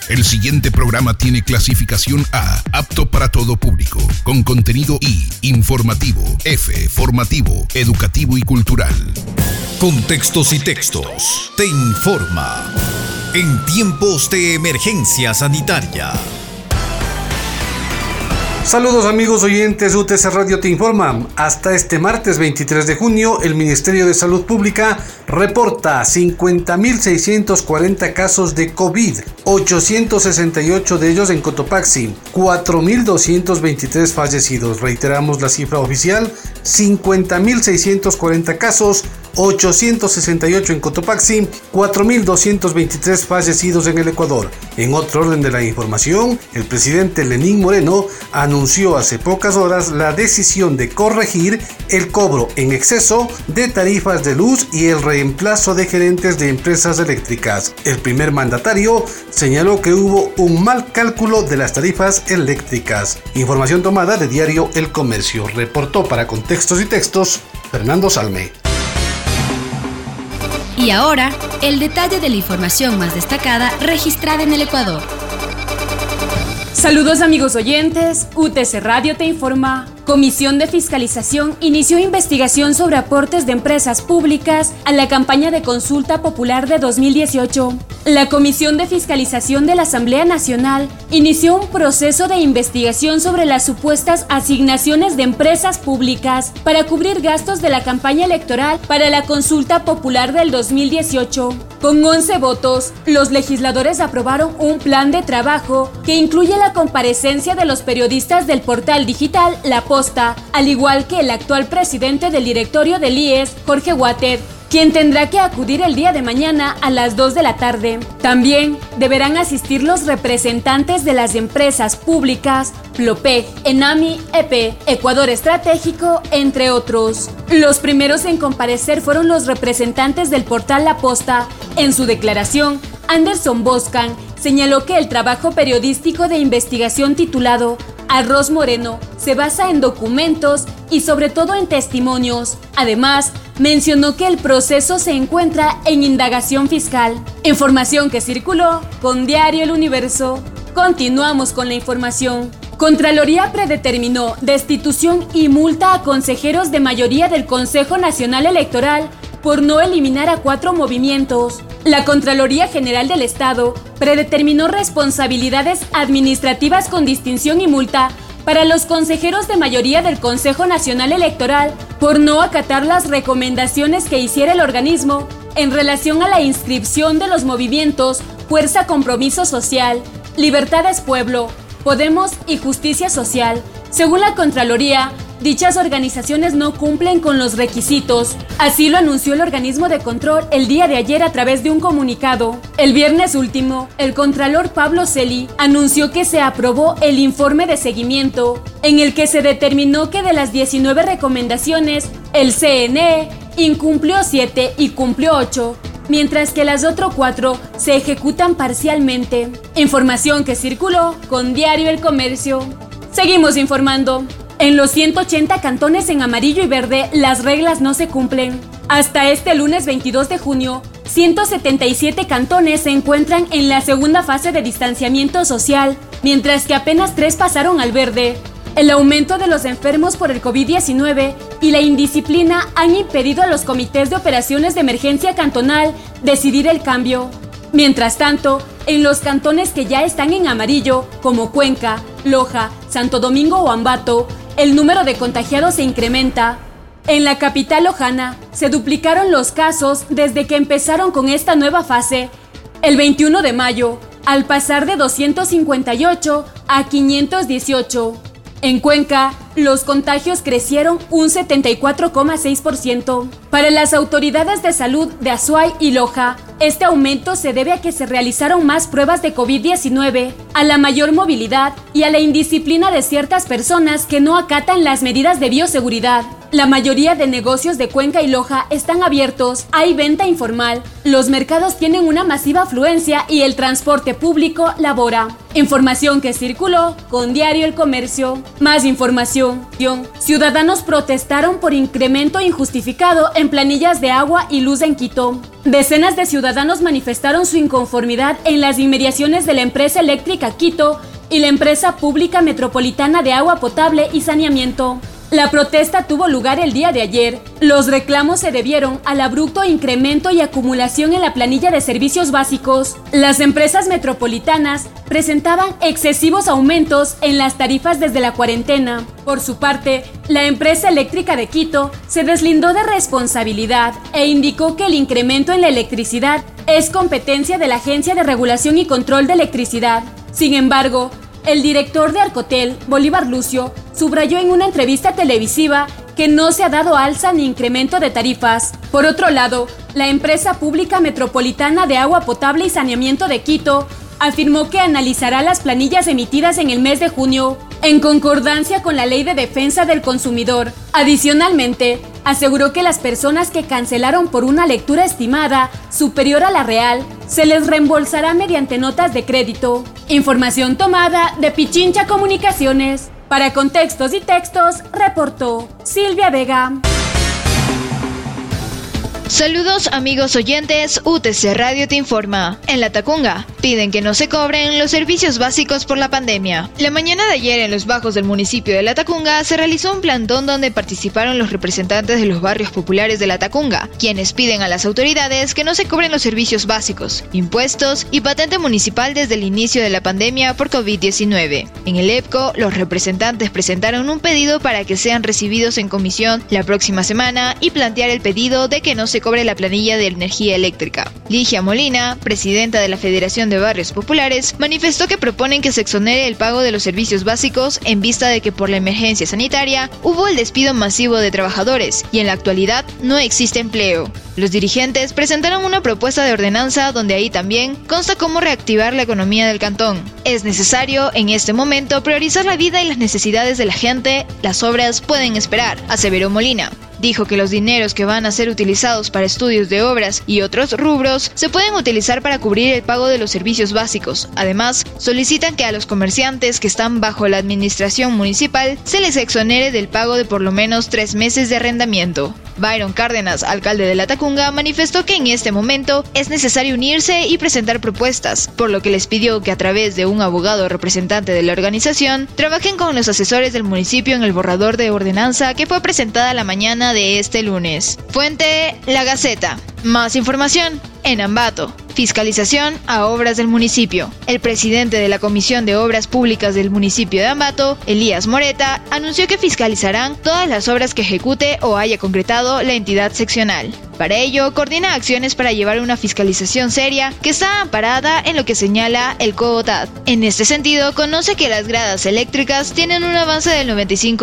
El siguiente programa tiene clasificación A, apto para todo público, con contenido I, informativo, F, formativo, educativo y cultural. Contextos y textos te informa en tiempos de emergencia sanitaria. Saludos amigos oyentes, UTC Radio te informa. Hasta este martes 23 de junio, el Ministerio de Salud Pública reporta 50.640 casos de COVID, 868 de ellos en Cotopaxi, 4.223 fallecidos. Reiteramos la cifra oficial, 50.640 casos, 868 en Cotopaxi, 4.223 fallecidos en el Ecuador. En otro orden de la información, el presidente Lenín Moreno anunció hace pocas horas la decisión de corregir el cobro en exceso de tarifas de luz y el reemplazo de gerentes de empresas eléctricas. El primer mandatario señaló que hubo un mal cálculo de las tarifas eléctricas. Información tomada de diario El Comercio. Reportó para Contextos y Textos Fernando Salme. Y ahora, el detalle de la información más destacada registrada en el Ecuador. Saludos amigos oyentes, UTC Radio te informa. Comisión de Fiscalización inició investigación sobre aportes de empresas públicas a la campaña de consulta popular de 2018. La Comisión de Fiscalización de la Asamblea Nacional inició un proceso de investigación sobre las supuestas asignaciones de empresas públicas para cubrir gastos de la campaña electoral para la consulta popular del 2018. Con 11 votos, los legisladores aprobaron un plan de trabajo que incluye la comparecencia de los periodistas del portal digital La Posta, al igual que el actual presidente del directorio del IES, Jorge Water, quien tendrá que acudir el día de mañana a las 2 de la tarde. También deberán asistir los representantes de las empresas públicas, Plopec, Enami, EP, Ecuador Estratégico, entre otros. Los primeros en comparecer fueron los representantes del portal La Posta. En su declaración, Anderson Boscan señaló que el trabajo periodístico de investigación titulado Arroz Moreno se basa en documentos y sobre todo en testimonios. Además, mencionó que el proceso se encuentra en indagación fiscal. Información que circuló con Diario El Universo. Continuamos con la información. Contraloría predeterminó destitución y multa a consejeros de mayoría del Consejo Nacional Electoral por no eliminar a 4 movimientos. La Contraloría General del Estado predeterminó responsabilidades administrativas con distinción y multa para los consejeros de mayoría del Consejo Nacional Electoral por no acatar las recomendaciones que hiciera el organismo en relación a la inscripción de los movimientos Fuerza Compromiso Social, Libertades Pueblo, Podemos y Justicia Social. Según la Contraloría, dichas organizaciones no cumplen con los requisitos. Así lo anunció el organismo de control el día de ayer a través de un comunicado. El viernes último, el contralor Pablo Celi anunció que se aprobó el informe de seguimiento, en el que se determinó que de las 19 recomendaciones, el CNE incumplió 7 y cumplió 8, mientras que las otras 4 se ejecutan parcialmente. Información que circuló con Diario El Comercio. Seguimos informando. En los 180 cantones en amarillo y verde, las reglas no se cumplen. Hasta este lunes 22 de junio, 177 cantones se encuentran en la segunda fase de distanciamiento social, mientras que apenas 3 pasaron al verde. El aumento de los enfermos por el COVID-19 y la indisciplina han impedido a los comités de operaciones de emergencia cantonal decidir el cambio. Mientras tanto, en los cantones que ya están en amarillo, como Cuenca, Loja, Santo Domingo o Ambato, el número de contagiados se incrementa. En la capital lojana, se duplicaron los casos desde que empezaron con esta nueva fase, el 21 de mayo, al pasar de 258 a 518. En Cuenca, los contagios crecieron un 74,6%. Para las autoridades de salud de Azuay y Loja, este aumento se debe a que se realizaron más pruebas de COVID-19, a la mayor movilidad y a la indisciplina de ciertas personas que no acatan las medidas de bioseguridad. La mayoría de negocios de Cuenca y Loja están abiertos, hay venta informal, los mercados tienen una masiva afluencia y el transporte público labora. Información que circuló con Diario El Comercio. Más información. Ciudadanos protestaron por incremento injustificado en planillas de agua y luz en Quito. Decenas de ciudadanos manifestaron su inconformidad en las inmediaciones de la empresa eléctrica Quito y la empresa pública metropolitana de agua potable y saneamiento. La protesta tuvo lugar el día de ayer. Los reclamos se debieron al abrupto incremento y acumulación en la planilla de servicios básicos. Las empresas metropolitanas presentaban excesivos aumentos en las tarifas desde la cuarentena. Por su parte, la empresa eléctrica de Quito se deslindó de responsabilidad e indicó que el incremento en la electricidad es competencia de la Agencia de Regulación y Control de Electricidad. Sin embargo, el director de Arcotel, Bolívar Lucio, subrayó en una entrevista televisiva que no se ha dado alza ni incremento de tarifas. Por otro lado, la empresa pública metropolitana de agua potable y saneamiento de Quito afirmó que analizará las planillas emitidas en el mes de junio, en concordancia con la Ley de Defensa del Consumidor. Adicionalmente, aseguró que las personas que cancelaron por una lectura estimada superior a la real se les reembolsará mediante notas de crédito. Información tomada de Pichincha Comunicaciones. Para Contextos y Textos, reportó Silvia Vega. Saludos amigos oyentes, UTC Radio te informa. En La Tacunga, piden que no se cobren los servicios básicos por la pandemia. La mañana de ayer en los bajos del municipio de La Tacunga se realizó un plantón donde participaron los representantes de los barrios populares de La Tacunga, quienes piden a las autoridades que no se cobren los servicios básicos, impuestos y patente municipal desde el inicio de la pandemia por COVID-19. En el EPCO, los representantes presentaron un pedido para que sean recibidos en comisión la próxima semana y plantear el pedido de que no se cobre la planilla de energía eléctrica. Ligia Molina, presidenta de la Federación de Barrios Populares, manifestó que proponen que se exonere el pago de los servicios básicos en vista de que por la emergencia sanitaria hubo el despido masivo de trabajadores y en la actualidad no existe empleo. Los dirigentes presentaron una propuesta de ordenanza donde ahí también consta cómo reactivar la economía del cantón. Es necesario en este momento priorizar la vida y las necesidades de la gente, las obras pueden esperar, aseveró Molina. Dijo que los dineros que van a ser utilizados para estudios de obras y otros rubros se pueden utilizar para cubrir el pago de los servicios básicos. Además, solicitan que a los comerciantes que están bajo la administración municipal se les exonere del pago de por lo menos 3 meses de arrendamiento. Byron Cárdenas, alcalde de La Tacunga, manifestó que en este momento es necesario unirse y presentar propuestas, por lo que les pidió que a través de un abogado representante de la organización trabajen con los asesores del municipio en el borrador de ordenanza que fue presentada la mañana de este lunes. Fuente: La Gaceta. Más información en Ambato. Fiscalización a obras del municipio. El presidente de la Comisión de Obras Públicas del municipio de Ambato, Elías Moreta, anunció que fiscalizarán todas las obras que ejecute o haya concretado la entidad seccional. Para ello, coordina acciones para llevar una fiscalización seria que está amparada en lo que señala el COOTAD. En este sentido, conoce que las gradas eléctricas tienen un avance del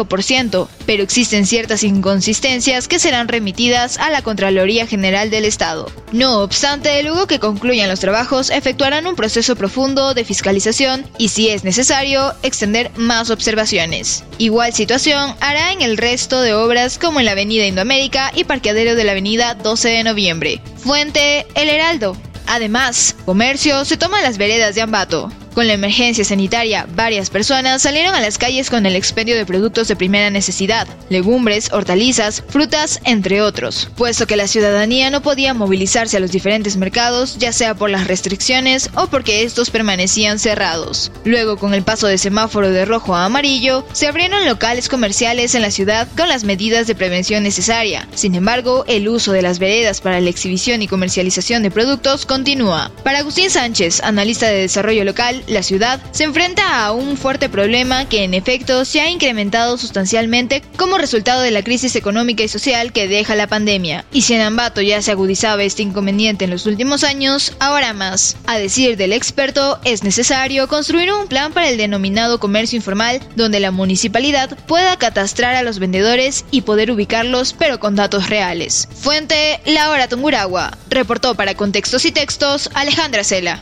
95%, pero existen ciertas inconsistencias que serán remitidas a la Contraloría General del Estado. No obstante, luego que concluyan los trabajos, efectuarán un proceso profundo de fiscalización y, si es necesario, extender más observaciones. Igual situación hará en el resto de obras como en la Avenida Indoamérica y parqueadero de la Avenida 12 de Noviembre. Fuente: El Heraldo. Además, comercio se toma las veredas de Ambato. Con la emergencia sanitaria, varias personas salieron a las calles con el expendio de productos de primera necesidad, legumbres, hortalizas, frutas, entre otros, puesto que la ciudadanía no podía movilizarse a los diferentes mercados, ya sea por las restricciones o porque estos permanecían cerrados. Luego, con el paso de semáforo de rojo a amarillo, se abrieron locales comerciales en la ciudad con las medidas de prevención necesaria. Sin embargo, el uso de las veredas para la exhibición y comercialización de productos continúa. Para Agustín Sánchez, analista de desarrollo local, la ciudad se enfrenta a un fuerte problema que en efecto se ha incrementado sustancialmente como resultado de la crisis económica y social que deja la pandemia. Y si en Ambato ya se agudizaba este inconveniente en los últimos años, ahora más. A decir del experto, es necesario construir un plan para el denominado comercio informal, donde la municipalidad pueda catastrar a los vendedores y poder ubicarlos, pero con datos reales. Fuente: La Hora Tungurahua. Reportó para Contextos y Textos Alejandra Cela.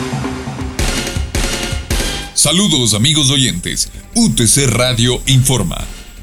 Saludos amigos oyentes, UTC Radio informa.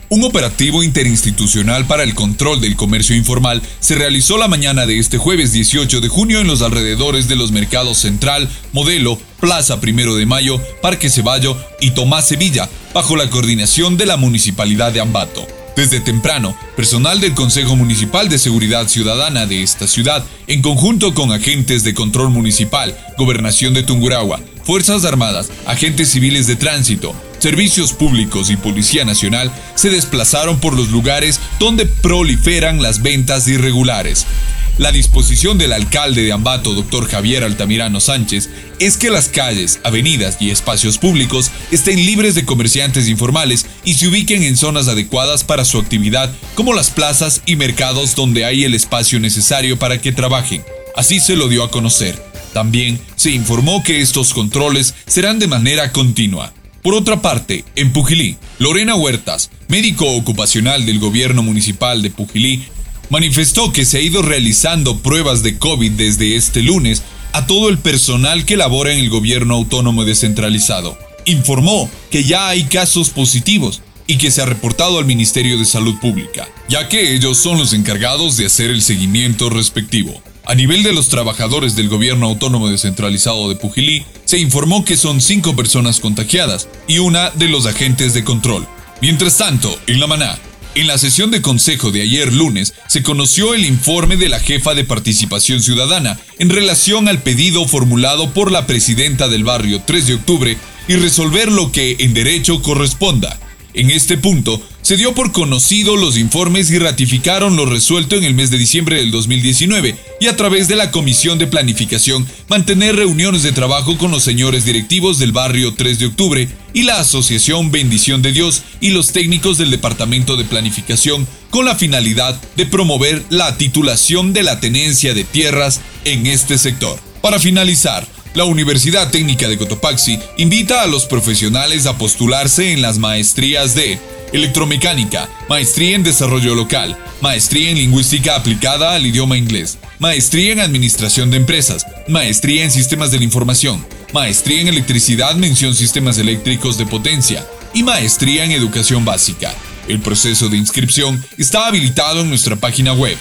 Un operativo interinstitucional para el control del comercio informal se realizó la mañana de este jueves 18 de junio en los alrededores de los mercados Central, Modelo, Plaza 1 de Mayo, Parque Ceballo y Tomás Sevilla, bajo la coordinación de la Municipalidad de Ambato. Desde temprano, personal del Consejo Municipal de Seguridad Ciudadana de esta ciudad, en conjunto con agentes de control municipal, Gobernación de Tungurahua, Fuerzas Armadas, agentes civiles de tránsito, servicios públicos y Policía Nacional, se desplazaron por los lugares donde proliferan las ventas irregulares. La disposición del alcalde de Ambato, Dr. Javier Altamirano Sánchez, es que las calles, avenidas y espacios públicos estén libres de comerciantes informales y se ubiquen en zonas adecuadas para su actividad, como las plazas y mercados donde hay el espacio necesario para que trabajen. Así se lo dio a conocer. También se informó que estos controles serán de manera continua. Por otra parte, en Pujilí, Lorena Huertas, médico ocupacional del gobierno municipal de Pujilí, manifestó que se ha ido realizando pruebas de COVID desde este lunes a todo el personal que labora en el gobierno autónomo descentralizado. Informó que ya hay casos positivos y que se ha reportado al Ministerio de Salud Pública, ya que ellos son los encargados de hacer el seguimiento respectivo. A nivel de los trabajadores del gobierno autónomo descentralizado de Pujilí, se informó que son 5 personas contagiadas y una de los agentes de control. Mientras tanto, en La Maná, en la sesión de consejo de ayer lunes, se conoció el informe de la jefa de Participación Ciudadana en relación al pedido formulado por la presidenta del barrio 3 de octubre y resolver lo que en derecho corresponda. En este punto, se dio por conocido los informes y ratificaron lo resuelto en el mes de diciembre del 2019 y a través de la Comisión de Planificación mantener reuniones de trabajo con los señores directivos del barrio 3 de octubre y la Asociación Bendición de Dios y los técnicos del Departamento de Planificación con la finalidad de promover la titulación de la tenencia de tierras en este sector. Para finalizar, la Universidad Técnica de Cotopaxi invita a los profesionales a postularse en las maestrías de Electromecánica, Maestría en Desarrollo Local, Maestría en Lingüística aplicada al idioma inglés, Maestría en Administración de Empresas, Maestría en Sistemas de la Información, Maestría en Electricidad mención Sistemas Eléctricos de Potencia y Maestría en Educación Básica. El proceso de inscripción está habilitado en nuestra página web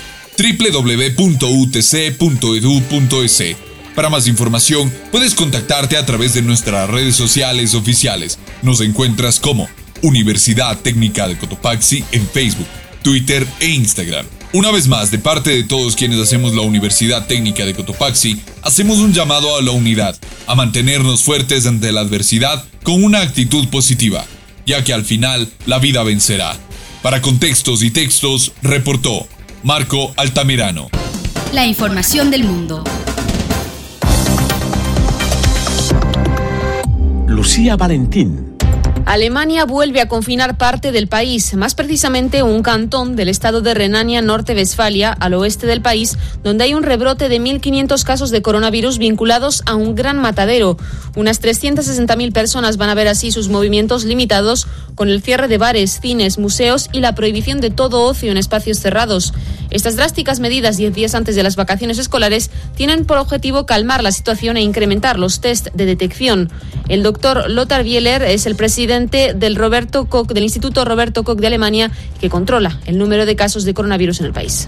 www.utc.edu.es. Para más información, puedes contactarte a través de nuestras redes sociales oficiales. Nos encuentras como Universidad Técnica de Cotopaxi en Facebook, Twitter e Instagram. Una vez más, de parte de todos quienes hacemos la Universidad Técnica de Cotopaxi, hacemos un llamado a la unidad, a mantenernos fuertes ante la adversidad con una actitud positiva, ya que al final la vida vencerá. Para Contextos y Textos, reportó Marco Altamirano. La información del mundo. Lucía Valentín. Alemania vuelve a confinar parte del país, más precisamente un cantón del estado de Renania Norte-Westfalia, al oeste del país, donde hay un rebrote de 1.500 casos de coronavirus vinculados a un gran matadero. Unas 360.000 personas van a ver así sus movimientos limitados con el cierre de bares, cines, museos y la prohibición de todo ocio en espacios cerrados. Estas drásticas medidas 10 días antes de las vacaciones escolares tienen por objetivo calmar la situación e incrementar los test de detección. El doctor Lothar Bieler es el presidente del Instituto Roberto Koch de Alemania, que controla el número de casos de coronavirus en el país.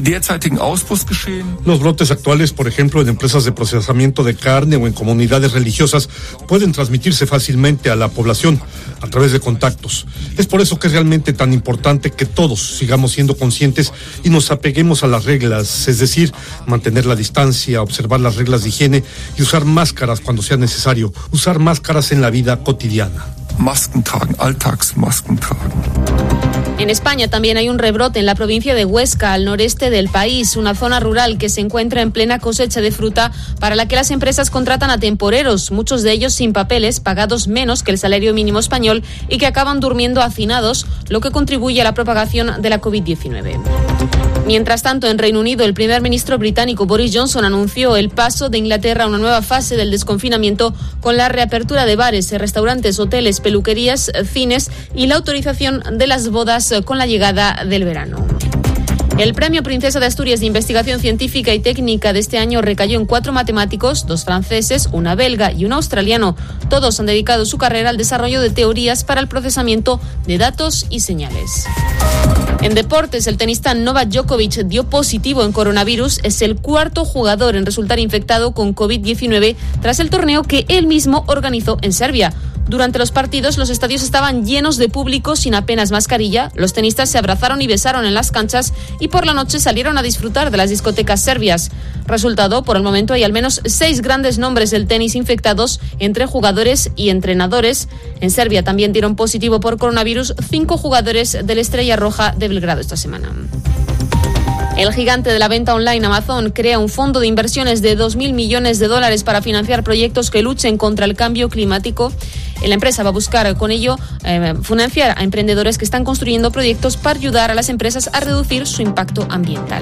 Los brotes actuales, por ejemplo, en empresas de procesamiento de carne o en comunidades religiosas, pueden transmitirse fácilmente a la población a través de contactos. Es por eso que es realmente tan importante que todos sigamos siendo conscientes y nos apeguemos a las reglas, es decir, mantener la distancia, observar las reglas de higiene y usar máscaras cuando sea necesario, usar máscaras en la vida cotidiana. Masken tragen, Alltagsmasken tragen. En España también hay un rebrote en la provincia de Huesca, al noreste del país, una zona rural que se encuentra en plena cosecha de fruta para la que las empresas contratan a temporeros, muchos de ellos sin papeles, pagados menos que el salario mínimo español y que acaban durmiendo hacinados, lo que contribuye a la propagación de la COVID-19. Mientras tanto, en Reino Unido, el primer ministro británico Boris Johnson anunció el paso de Inglaterra a una nueva fase del desconfinamiento con la reapertura de bares, restaurantes, hoteles, peluquerías, cines y la autorización de las bodas con la llegada del verano. El Premio Princesa de Asturias de Investigación Científica y Técnica de este año recayó en 4 matemáticos, 2 franceses, una belga y un australiano. Todos han dedicado su carrera al desarrollo de teorías para el procesamiento de datos y señales. En deportes, el tenista Novak Djokovic dio positivo en coronavirus. Es el 4º jugador en resultar infectado con COVID-19 tras el torneo que él mismo organizó en Serbia. Durante los partidos, los estadios estaban llenos de público sin apenas mascarilla. Los tenistas se abrazaron y besaron en las canchas y por la noche salieron a disfrutar de las discotecas serbias. Resultado, por el momento hay al menos 6 grandes nombres del tenis infectados entre jugadores y entrenadores. En Serbia también dieron positivo por coronavirus 5 jugadores de la Estrella Roja de Belgrado esta semana. El gigante de la venta online Amazon crea un fondo de inversiones de $2.000 millones para financiar proyectos que luchen contra el cambio climático. La empresa va a buscar con ello financiar a emprendedores que están construyendo proyectos para ayudar a las empresas a reducir su impacto ambiental.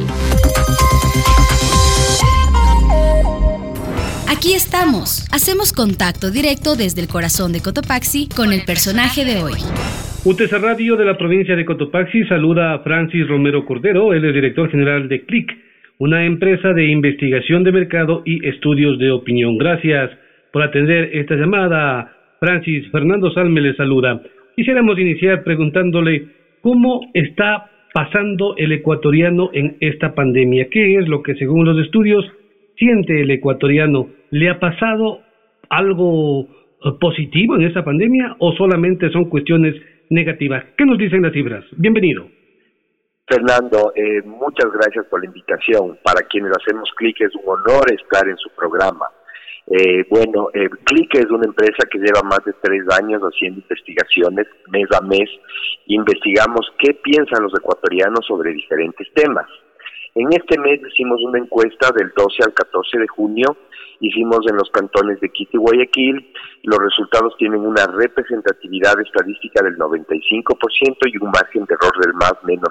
Aquí estamos. Hacemos contacto directo desde el corazón de Cotopaxi con el personaje de hoy. UTC Radio de la provincia de Cotopaxi saluda a Francis Romero Cordero, él es director general de CLIC, una empresa de investigación de mercado y estudios de opinión. Gracias por atender esta llamada, Francis. Fernando Salme le saluda. Quisiéramos iniciar preguntándole cómo está pasando el ecuatoriano en esta pandemia. ¿Qué es lo que, según los estudios, siente el ecuatoriano? ¿Le ha pasado algo positivo en esta pandemia o solamente son cuestiones negativas? ¿Qué nos dicen las cifras? Bienvenido. Fernando, muchas gracias por la invitación. Para quienes hacemos CLIC es un honor estar en su programa. CLIC es una empresa que lleva más de 3 años haciendo investigaciones mes a mes. Investigamos qué piensan los ecuatorianos sobre diferentes temas. En este mes hicimos una encuesta del 12 al 14 de junio, hicimos en los cantones de Quito y Guayaquil. Los resultados tienen una representatividad estadística del 95% y un margen de error del más menos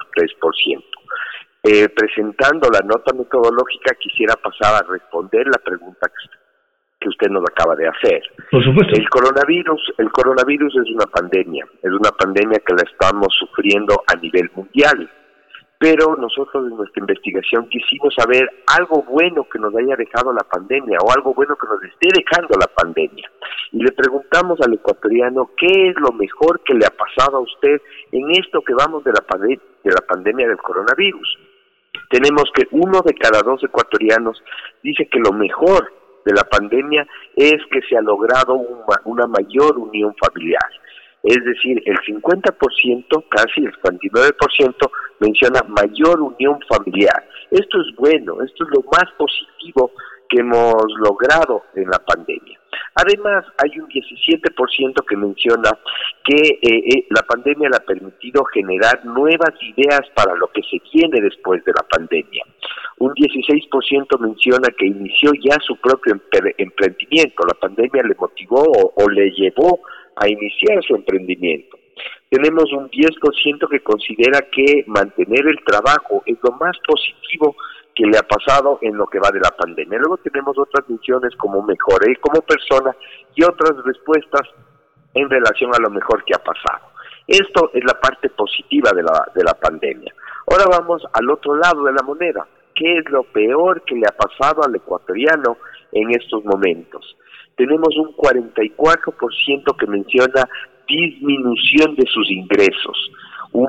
3%. Presentando la nota metodológica, quisiera pasar a responder la pregunta que usted nos acaba de hacer. Por supuesto. El coronavirus es una pandemia que la estamos sufriendo a nivel mundial. Pero nosotros en nuestra investigación quisimos saber algo bueno que nos haya dejado la pandemia o algo bueno que nos esté dejando la pandemia. Y le preguntamos al ecuatoriano qué es lo mejor que le ha pasado a usted en esto que vamos de la pandemia del coronavirus. Tenemos que 1 de cada 2 ecuatorianos dice que lo mejor de la pandemia es que se ha logrado una mayor unión familiar. Es decir, el 50%, casi el 49%, menciona mayor unión familiar. Esto es bueno, esto es lo más positivo que hemos logrado en la pandemia. Además, hay un 17% que menciona que la pandemia le ha permitido generar nuevas ideas para lo que se viene después de la pandemia. Un 16% menciona que inició ya su propio emprendimiento. La pandemia le motivó o le llevó a iniciar su emprendimiento. Tenemos un 10% que considera que mantener el trabajo es lo más positivo que le ha pasado en lo que va de la pandemia. Luego tenemos otras menciones como mejoré como persona y otras respuestas en relación a lo mejor que ha pasado. Esto es la parte positiva de la pandemia. Ahora vamos al otro lado de la moneda. ¿Qué es lo peor que le ha pasado al ecuatoriano en estos momentos? Tenemos un 44% que menciona disminución de sus ingresos, un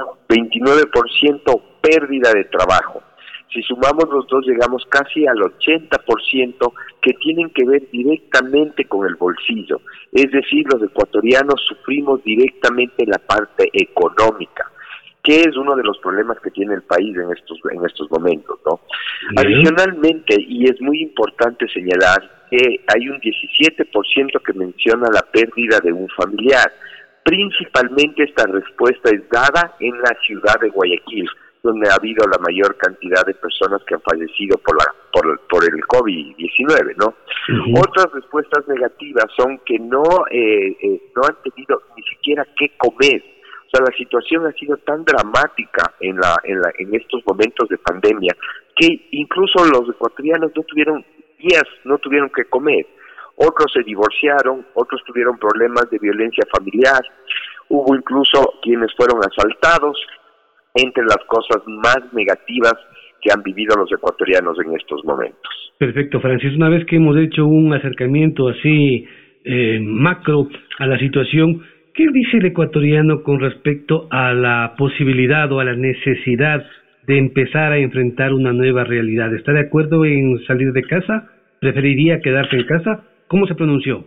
29% pérdida de trabajo. Si sumamos los dos, llegamos casi al 80% que tienen que ver directamente con el bolsillo. Es decir, los ecuatorianos sufrimos directamente la parte económica, que es uno de los problemas que tiene el país en estos momentos, ¿no? Adicionalmente, y es muy importante señalar, que hay un 17% que menciona la pérdida de un familiar. Principalmente esta respuesta es dada en la ciudad de Guayaquil, donde ha habido la mayor cantidad de personas que han fallecido por el COVID-19, ¿no? Uh-huh. Otras respuestas negativas son que no han tenido ni siquiera qué comer. O sea, la situación ha sido tan dramática en estos momentos de pandemia que incluso los ecuatorianos no tuvieron que comer. Otros se divorciaron, otros tuvieron problemas de violencia familiar, hubo incluso quienes fueron asaltados entre las cosas más negativas que han vivido los ecuatorianos en estos momentos. Perfecto, Francis. Una vez que hemos hecho un acercamiento así macro a la situación, ¿qué dice el ecuatoriano con respecto a la posibilidad o a la necesidad de empezar a enfrentar una nueva realidad? ¿Está de acuerdo en salir de casa? ¿Preferiría quedarse en casa? ¿Cómo se pronunció?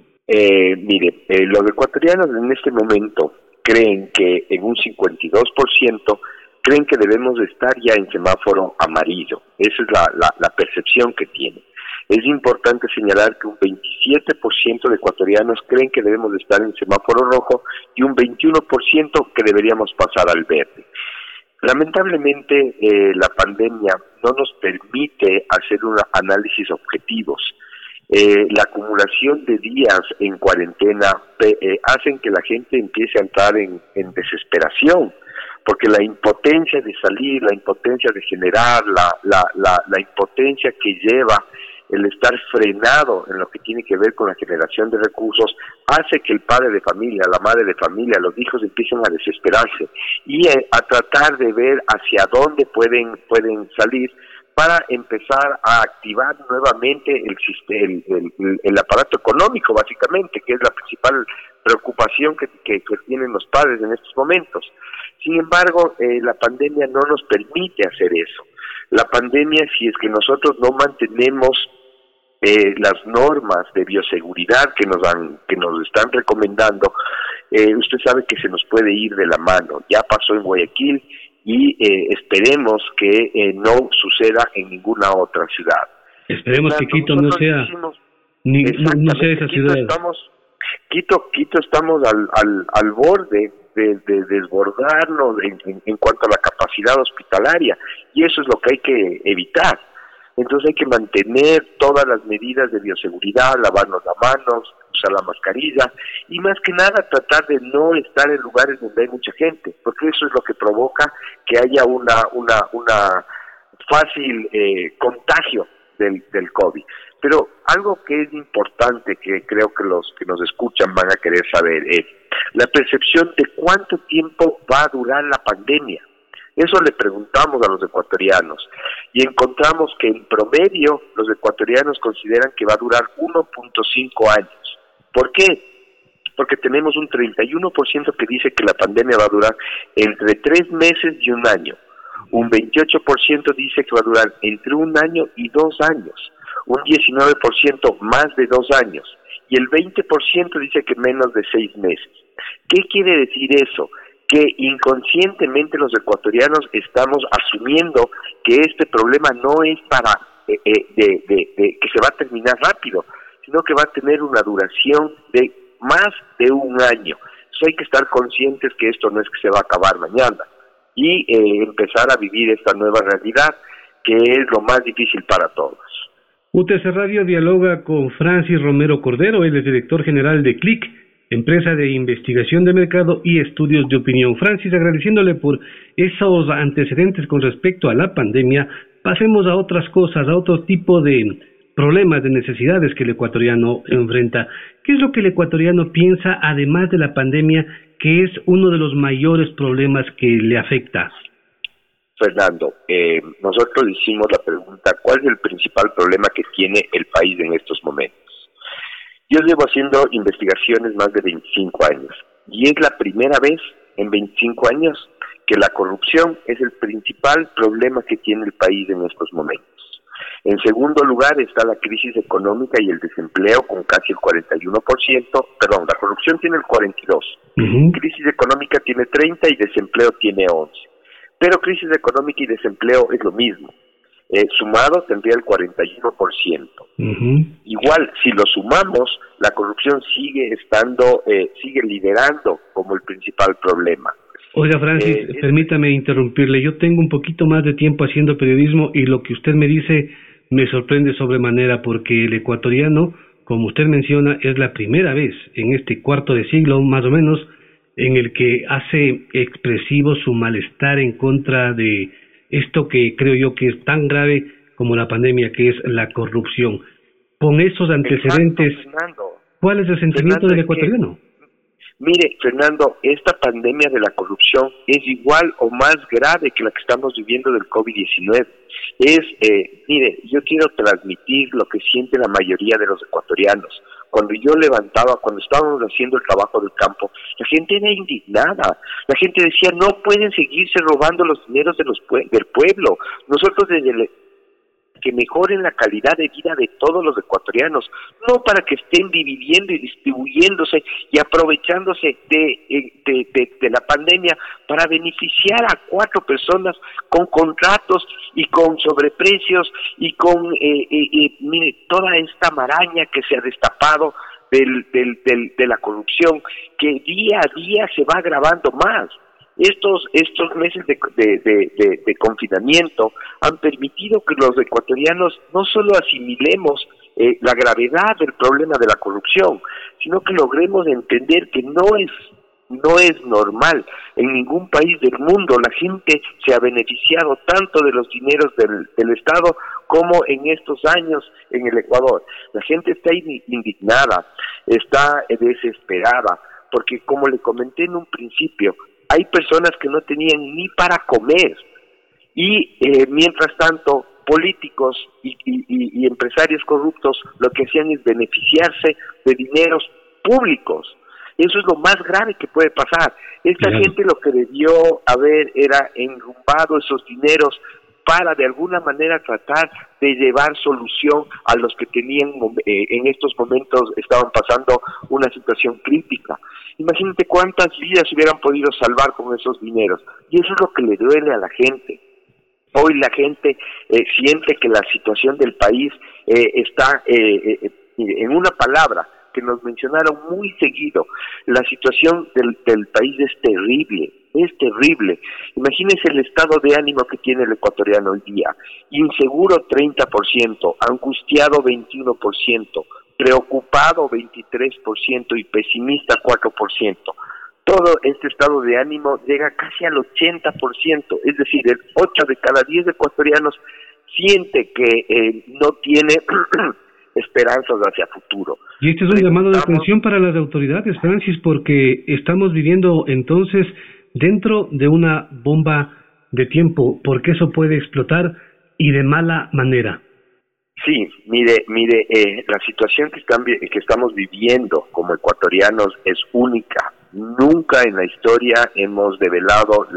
Los ecuatorianos en este momento creen que en un 52% creen que debemos estar ya en semáforo amarillo. Esa es la percepción que tienen. Es importante señalar que un 27% de ecuatorianos creen que debemos estar en semáforo rojo y un 21% que deberíamos pasar al verde. Lamentablemente, la pandemia no nos permite hacer un análisis objetivos. La acumulación de días en cuarentena hacen que la gente empiece a entrar en desesperación, porque la impotencia de salir, la impotencia de generar, la impotencia que lleva el estar frenado en lo que tiene que ver con la generación de recursos, hace que el padre de familia, la madre de familia, los hijos empiecen a desesperarse y a tratar de ver hacia dónde pueden salir para empezar a activar nuevamente el aparato económico, básicamente, que es la principal preocupación que tienen los padres en estos momentos. Sin embargo, la pandemia no nos permite hacer eso. La pandemia, si es que nosotros no mantenemos las normas de bioseguridad que nos están recomendando, usted sabe que se nos puede ir de la mano. Ya pasó en Guayaquil y esperemos que no suceda en ninguna otra ciudad. Esperemos que Quito no sea esa ciudad. Quito estamos al borde de desbordarnos en cuanto a la capacidad hospitalaria, y eso es lo que hay que evitar. Entonces hay que mantener todas las medidas de bioseguridad, lavarnos las manos, usar la mascarilla, y más que nada tratar de no estar en lugares donde hay mucha gente, porque eso es lo que provoca que haya una fácil contagio del COVID. Pero algo que es importante, que creo que los que nos escuchan van a querer saber, es la percepción de cuánto tiempo va a durar la pandemia. Eso le preguntamos a los ecuatorianos y encontramos que en promedio los ecuatorianos consideran que va a durar 1.5 años. ¿Por qué? Porque tenemos un 31% que dice que la pandemia va a durar entre 3 meses y 1 año. Un 28% dice que va a durar entre 1 año y 2 años. Un 19% más de 2 años. Y el 20% dice que menos de 6 meses. ¿Qué quiere decir eso? Que inconscientemente los ecuatorianos estamos asumiendo que este problema no es para que se va a terminar rápido, sino que va a tener una duración de más de 1 año. Entonces hay que estar conscientes que esto no es que se va a acabar mañana y empezar a vivir esta nueva realidad, que es lo más difícil para todos. UTC Radio dialoga con Francis Romero Cordero, él es director general de CLIC, empresa de investigación de mercado y estudios de opinión. Francis, agradeciéndole por esos antecedentes con respecto a la pandemia, pasemos a otras cosas, a otro tipo de problemas, de necesidades que el ecuatoriano enfrenta. ¿Qué es lo que el ecuatoriano piensa, además de la pandemia, que es uno de los mayores problemas que le afecta? Fernando, nosotros hicimos la pregunta, ¿cuál es el principal problema que tiene el país en estos momentos? Yo llevo haciendo investigaciones más de 25 años y es la primera vez en 25 años que la corrupción es el principal problema que tiene el país en estos momentos. En segundo lugar está la crisis económica y el desempleo con casi el 41%, perdón, la corrupción tiene el 42%, crisis económica tiene 30% y desempleo tiene 11%. Pero crisis económica y desempleo es lo mismo. Sumado tendría el 41%. Igual, si lo sumamos, la corrupción sigue liderando como el principal problema. Oiga, Francis, permítame interrumpirle. Yo tengo un poquito más de tiempo haciendo periodismo y lo que usted me dice me sorprende sobremanera, porque el ecuatoriano, como usted menciona, es la primera vez en este cuarto de siglo, más o menos, en el que hace expresivo su malestar en contra de esto que creo yo que es tan grave como la pandemia, que es la corrupción. Con esos antecedentes, ¿cuál es el sentimiento del ecuatoriano? Mire, Fernando, esta pandemia de la corrupción es igual o más grave que la que estamos viviendo del COVID-19. Mire, yo quiero transmitir lo que siente la mayoría de los ecuatorianos. Cuando estábamos haciendo el trabajo del campo, la gente era indignada. La gente decía, no pueden seguirse robando los dineros del pueblo. Nosotros que mejoren la calidad de vida de todos los ecuatorianos, no para que estén dividiendo y distribuyéndose y aprovechándose de la pandemia para beneficiar a 4 personas con contratos y con sobreprecios y con mire, toda esta maraña que se ha destapado de la corrupción, que día a día se va agravando más. Estos meses de confinamiento han permitido que los ecuatorianos no solo asimilemos la gravedad del problema de la corrupción, sino que logremos entender que no es normal. En ningún país del mundo la gente se ha beneficiado tanto de los dineros del Estado como en estos años en el Ecuador. La gente está indignada, está desesperada, porque como le comenté en un principio, hay personas que no tenían ni para comer y mientras tanto políticos y empresarios corruptos lo que hacían es beneficiarse de dineros públicos. Eso es lo más grave que puede pasar. Esta gente lo que debió haber era enrumbado esos dineros para de alguna manera tratar de llevar solución a los que tenían en estos momentos estaban pasando una situación crítica. Imagínate cuántas vidas hubieran podido salvar con esos dineros. Y eso es lo que le duele a la gente. Hoy la gente siente que la situación del país está, en una palabra que nos mencionaron muy seguido, la situación del país es terrible. Imagínense el estado de ánimo que tiene el ecuatoriano hoy día. Inseguro 30%, angustiado 21%, preocupado 23% y pesimista 4%. Todo este estado de ánimo llega casi al 80%, es decir, el 8 de cada 10 ecuatorianos siente que no tiene esperanzas hacia futuro. Y este es un llamado de atención para las autoridades, Francis, porque estamos viviendo entonces dentro de una bomba de tiempo, porque eso puede explotar y de mala manera. Sí, mire, la situación que estamos viviendo como ecuatorianos es única. Nunca en la historia hemos develado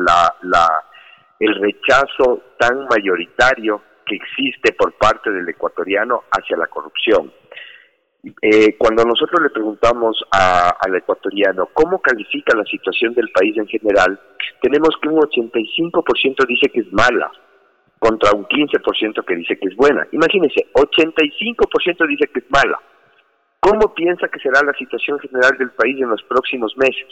el rechazo tan mayoritario que existe por parte del ecuatoriano hacia la corrupción. Cuando nosotros le preguntamos al ecuatoriano cómo califica la situación del país en general, tenemos que un 85% dice que es mala, contra un 15% que dice que es buena. Imagínense, 85% dice que es mala. ¿Cómo piensa que será la situación general del país en los próximos meses?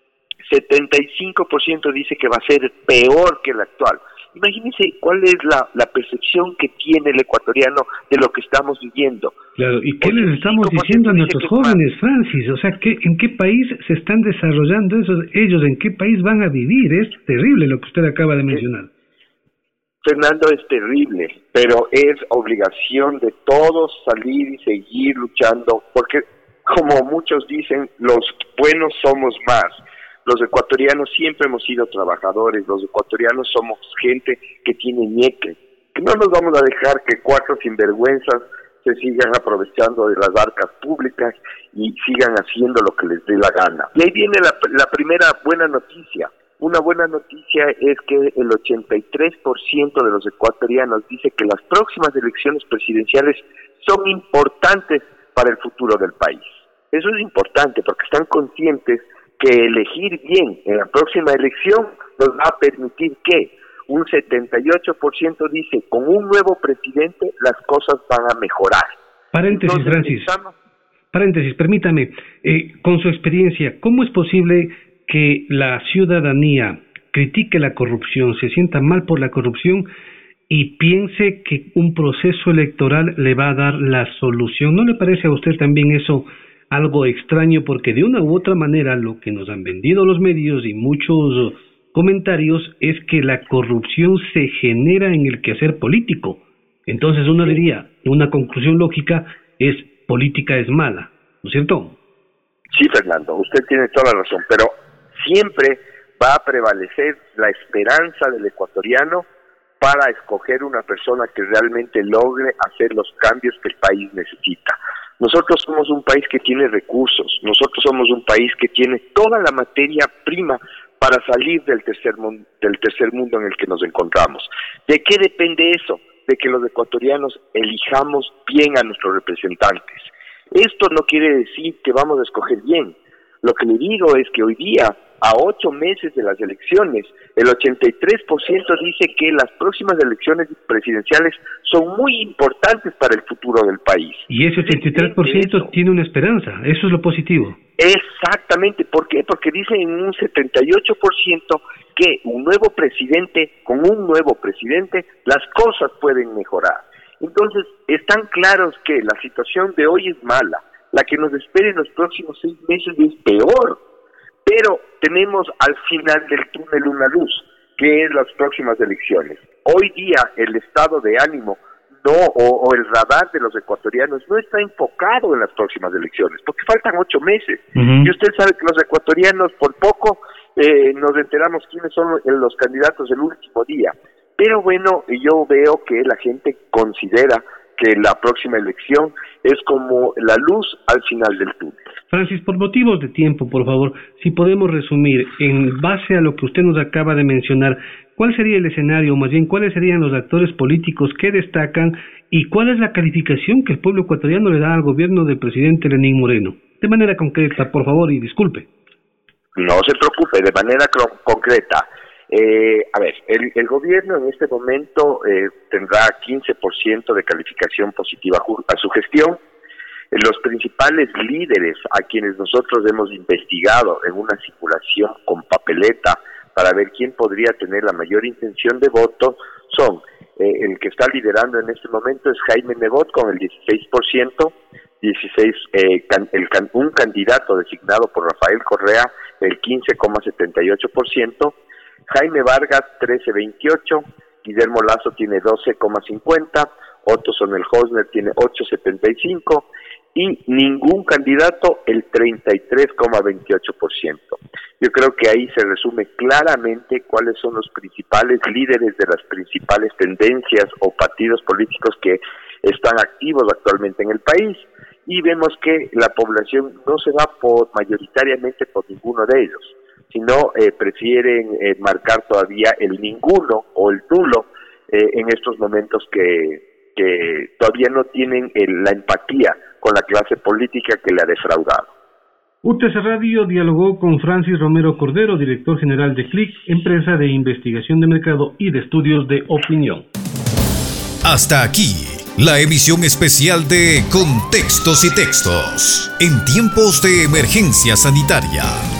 75% dice que va a ser peor que la actual. Imagínense cuál es la percepción que tiene el ecuatoriano de lo que estamos viviendo. Claro, ¿y qué les estamos diciendo a nuestros jóvenes, Francis? O sea, ¿en qué país se están desarrollando ellos? ¿En qué país van a vivir? Es terrible lo que usted acaba de mencionar. Fernando, es terrible, pero es obligación de todos salir y seguir luchando, porque como muchos dicen, los buenos somos más. Los ecuatorianos siempre hemos sido trabajadores, los ecuatorianos somos gente que tiene ñeque, que no nos vamos a dejar que 4 sinvergüenzas se sigan aprovechando de las arcas públicas y sigan haciendo lo que les dé la gana. Y ahí viene la primera buena noticia. Una buena noticia es que el 83% de los ecuatorianos dice que las próximas elecciones presidenciales son importantes para el futuro del país. Eso es importante porque están conscientes que elegir bien en la próxima elección nos va a permitir que un 78% dice con un nuevo presidente las cosas van a mejorar. Paréntesis, entonces, Francis. Paréntesis, permítame. Con su experiencia, ¿cómo es posible que la ciudadanía critique la corrupción, se sienta mal por la corrupción y piense que un proceso electoral le va a dar la solución? ¿No le parece a usted también eso algo extraño? Porque de una u otra manera lo que nos han vendido los medios y muchos comentarios es que la corrupción se genera en el quehacer político. Entonces uno diría, una conclusión lógica es política es mala, ¿no es cierto? Sí, Fernando, usted tiene toda la razón, pero siempre va a prevalecer la esperanza del ecuatoriano para escoger una persona que realmente logre hacer los cambios que el país necesita. Nosotros somos un país que tiene recursos, nosotros somos un país que tiene toda la materia prima para salir del tercer mundo en el que nos encontramos. ¿De qué depende eso? De que los ecuatorianos elijamos bien a nuestros representantes. Esto no quiere decir que vamos a escoger bien. Lo que le digo es que hoy día, a 8 meses de las elecciones, el 83% dice que las próximas elecciones presidenciales son muy importantes para el futuro del país. Y ese 83% tiene una esperanza, eso es lo positivo. Exactamente, ¿por qué? Porque dicen en un 78% que con un nuevo presidente, las cosas pueden mejorar. Entonces, están claros que la situación de hoy es mala, la que nos espera en los próximos 6 meses es peor, pero tenemos al final del túnel una luz, que es las próximas elecciones. Hoy día el estado de ánimo o el radar de los ecuatorianos no está enfocado en las próximas elecciones, porque faltan 8 meses. Y usted sabe que los ecuatorianos por poco nos enteramos quiénes son los candidatos el último día. Pero bueno, yo veo que la gente considera que la próxima elección es como la luz al final del túnel. Francis, por motivos de tiempo, por favor, si podemos resumir, en base a lo que usted nos acaba de mencionar, ¿cuál sería el escenario, o más bien, cuáles serían los actores políticos que destacan y cuál es la calificación que el pueblo ecuatoriano le da al gobierno del presidente Lenín Moreno? De manera concreta, por favor, y disculpe. No se preocupe, de manera concreta. El gobierno en este momento tendrá 15% de calificación positiva a su gestión. Los principales líderes a quienes nosotros hemos investigado en una simulación con papeleta para ver quién podría tener la mayor intención de voto son el que está liderando en este momento es Jaime Nebot con el 16%, un candidato designado por Rafael Correa el 15,78%, Jaime Vargas 13.28%, Guillermo Lazo tiene 12,50%, Otto Sonnenhosner tiene 8.75% y ningún candidato el 33,28%. Yo creo que ahí se resume claramente cuáles son los principales líderes de las principales tendencias o partidos políticos que están activos actualmente en el país, y vemos que la población no se va mayoritariamente por ninguno de ellos, sino prefieren marcar todavía el ninguno o el nulo en estos momentos que todavía no tienen la empatía con la clase política que le ha defraudado. UTC Radio dialogó con Francis Romero Cordero, director general de CLIC, empresa de investigación de mercado y de estudios de opinión. Hasta aquí, la emisión especial de Contextos y Textos, en tiempos de emergencia sanitaria.